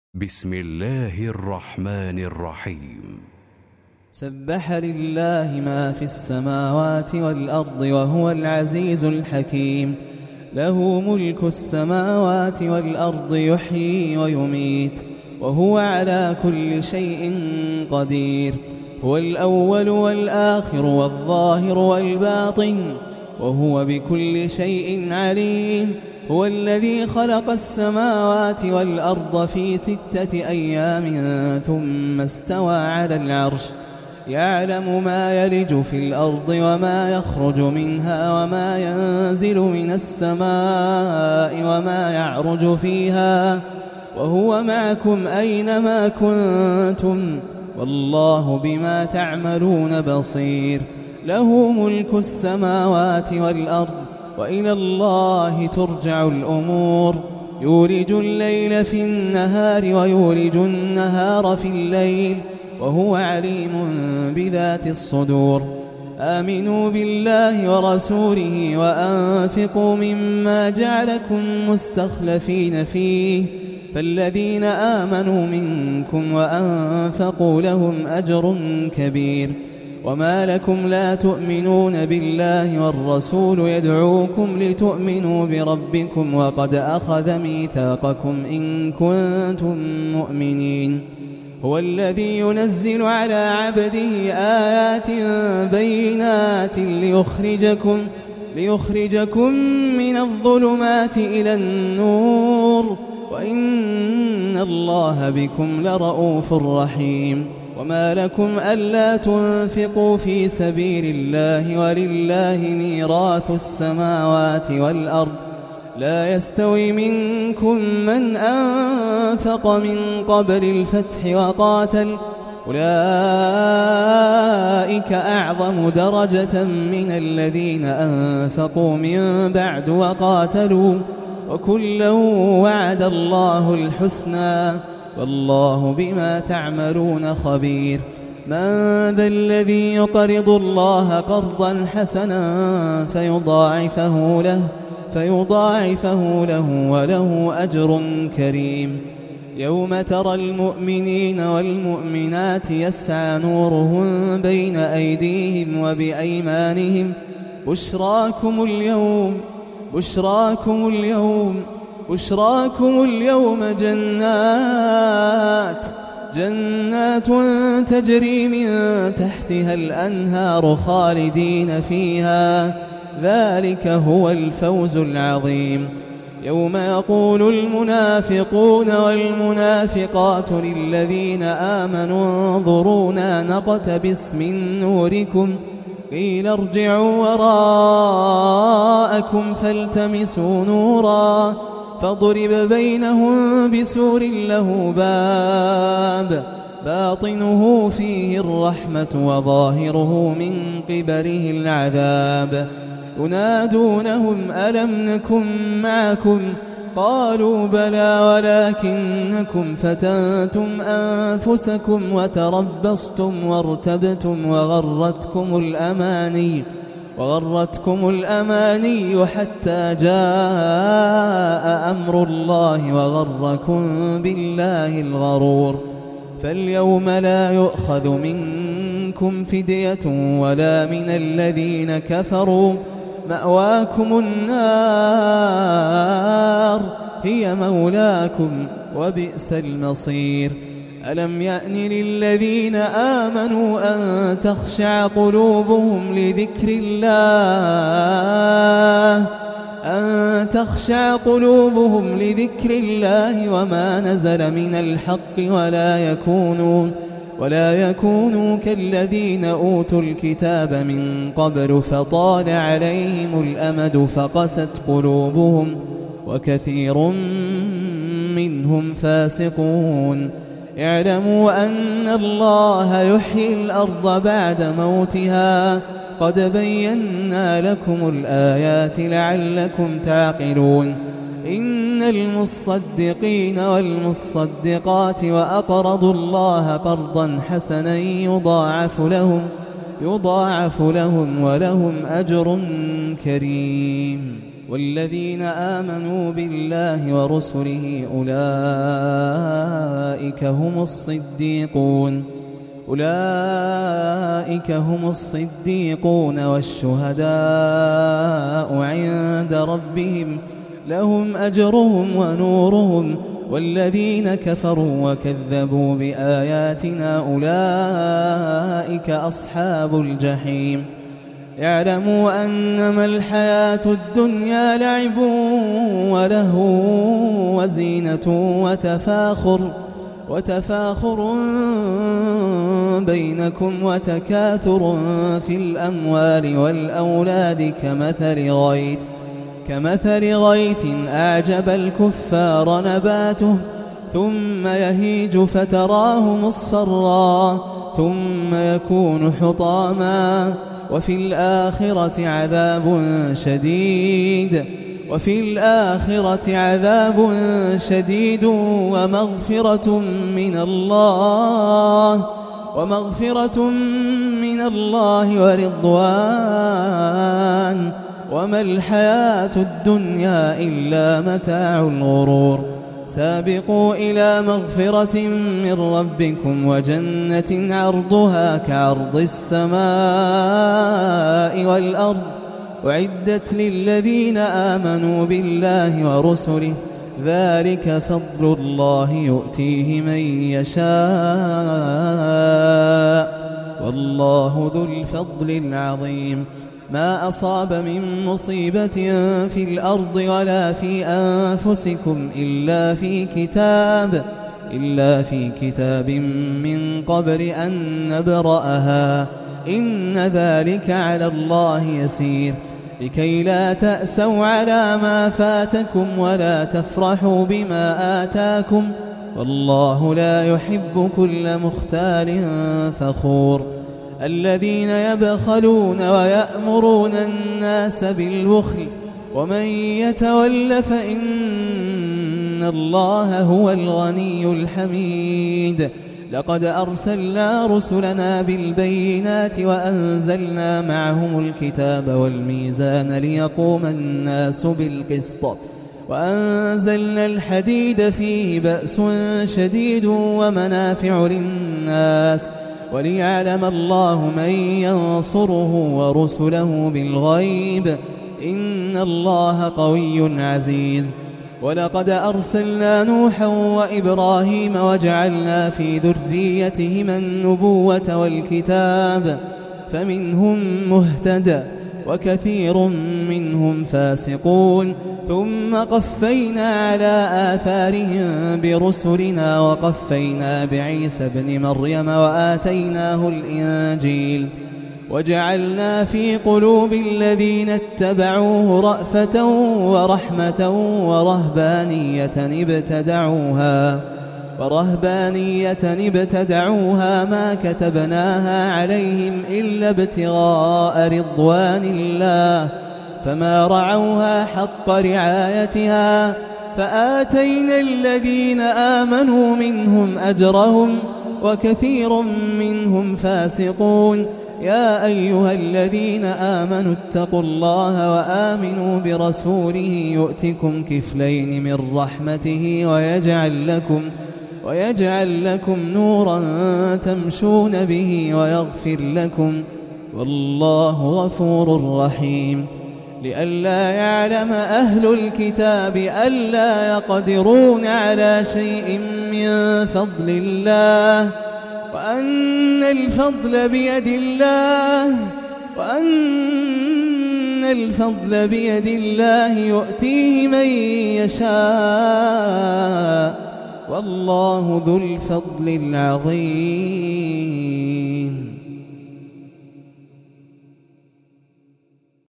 بسم الله الرحمن الرحيم. سبح لله ما في السماوات والأرض وهو العزيز الحكيم. له ملك السماوات والأرض يحيي ويميت وهو على كل شيء قدير. هو الأول والآخر والظاهر والباطن وهو بكل شيء عليم. هو الذي خلق السماوات والأرض في 6 أيام ثم استوى على العرش يعلم ما يلج في الأرض وما يخرج منها وما ينزل من السماء وما يعرج فيها وهو معكم أينما كنتم والله بما تعملون بصير. له ملك السماوات والأرض وإلى الله ترجع الأمور. يولج الليل في النهار ويولج النهار في الليل وهو عليم بذات الصدور. آمنوا بالله ورسوله وأنفقوا مما جعلكم مستخلفين فيه فالذين آمنوا منكم وأنفقوا لهم أجر كبير. وما لكم لا تؤمنون بالله والرسول يدعوكم لتؤمنوا بربكم وقد أخذ ميثاقكم إن كنتم مؤمنين. هو الذي ينزل على عبده آيات بينات ليخرجكم من الظلمات إلى النور وإن الله بكم لرؤوف رحيم. وما لكم ألا تنفقوا في سبيل الله ولله ميراث السماوات والأرض لا يستوي منكم من أنفق من قبل الفتح وقاتل أولئك أعظم درجة من الذين أنفقوا من بعد وقاتلوا وكلا وعد الله الحسنى والله بما تعملون خبير. من ذا الذي يقرض الله قرضا حسنا فيضاعفه له وله أجر كريم. يوم ترى المؤمنين والمؤمنات يسعى نورهم بين أيديهم وبأيمانهم بشراكم اليوم جنات تجري من تحتها الأنهار خالدين فيها ذلك هو الفوز العظيم. يوم يقول المنافقون والمنافقات للذين آمنوا انظرونا نقتبس من نوركم قيل ارجعوا وراءكم فالتمسوا نورا فضرب بينهم بسور له باب باطنه فيه الرحمة وظاهره من قبله العذاب. ينادونهم ألم نكن معكم قالوا بلى ولكنكم فتنتم أنفسكم وتربصتم وارتبتم وغرتكم الأماني حتى جاء أمر الله وغركم بالله الغرور. فاليوم لا يؤخذ منكم فدية ولا من الذين كفروا مأواكم النار هي مولاكم وبئس المصير. ألم يأن للذين آمنوا أن تخشع قلوبهم لذكر الله وما نزل من الحق ولا يكونوا كالذين أوتوا الكتاب من قبل فطال عليهم الأمد فقست قلوبهم وكثير منهم فاسقون. اعلموا أن الله يحيي الأرض بعد موتها قد بينا لكم الآيات لعلكم تعقلون. إن المصدقين والمصدقات وأقرضوا الله قرضا حسنا يضاعف لهم ولهم أجر كريم. والذين آمنوا بالله ورسله أولئك أولئك هم الصديقون والشهداء عند ربهم لهم أجرهم ونورهم والذين كفروا وكذبوا بآياتنا أولئك أصحاب الجحيم اعلموا أنما الحياة الدنيا لعب ولهو وزينة وتفاخر بينكم وتكاثر في الأموال والأولاد كمثل غيث أعجب الكفار نباته ثم يهيج فتراه مصفرا ثم يكون حطاما وفي الآخرة عذاب شديد ومغفرة من الله ورضوان وما الحياة الدنيا إلا متاع الغرور سابقوا إلى مغفرة من ربكم وجنة عرضها كعرض السماء والأرض أعدت للذين آمنوا بالله ورسله ذلك فضل الله يؤتيه من يشاء والله ذو الفضل العظيم ما أصاب من مصيبة في الأرض ولا في أنفسكم إلا في كتاب من قبل أن نبرأها إن ذلك على الله يسير لكي لا تأسوا على ما فاتكم ولا تفرحوا بما آتاكم والله لا يحب كل مختال فخور الذين يبخلون ويأمرون الناس بالبخل ومن يتول فإن الله هو الغني الحميد لقد أرسلنا رسلنا بالبينات وأنزلنا معهم الكتاب والميزان ليقوم الناس بالقسط وأنزلنا الحديد فيه بأس شديد ومنافع للناس وليعلم الله من ينصره ورسله بالغيب إن الله قوي عزيز ولقد أرسلنا نوحا وإبراهيم وجعلنا في ذريتهما النبوة والكتاب فمنهم مهتد وكثير منهم فاسقون ثم قفينا على آثارهم برسلنا وقفينا بعيسى ابن مريم وآتيناه الإنجيل وجعلنا في قلوب الذين اتبعوه رأفة ورحمة ورهبانية ابتدعوها ما كتبناها عليهم إلا ابتغاء رضوان الله فما رعوها حق رعايتها فآتينا الذين آمنوا منهم أجرهم وكثير منهم فاسقون يا أيها الذين آمنوا اتقوا الله وآمنوا برسوله يؤتكم كفلين من رحمته ويجعل لكم نورا تمشون به ويغفر لكم والله غفور رحيم لئلا يعلم أهل الكتاب ألا يقدرون على شيء من فضل الله وأن الفضل بيد الله يؤتيه من يشاء والله ذو الفضل العظيم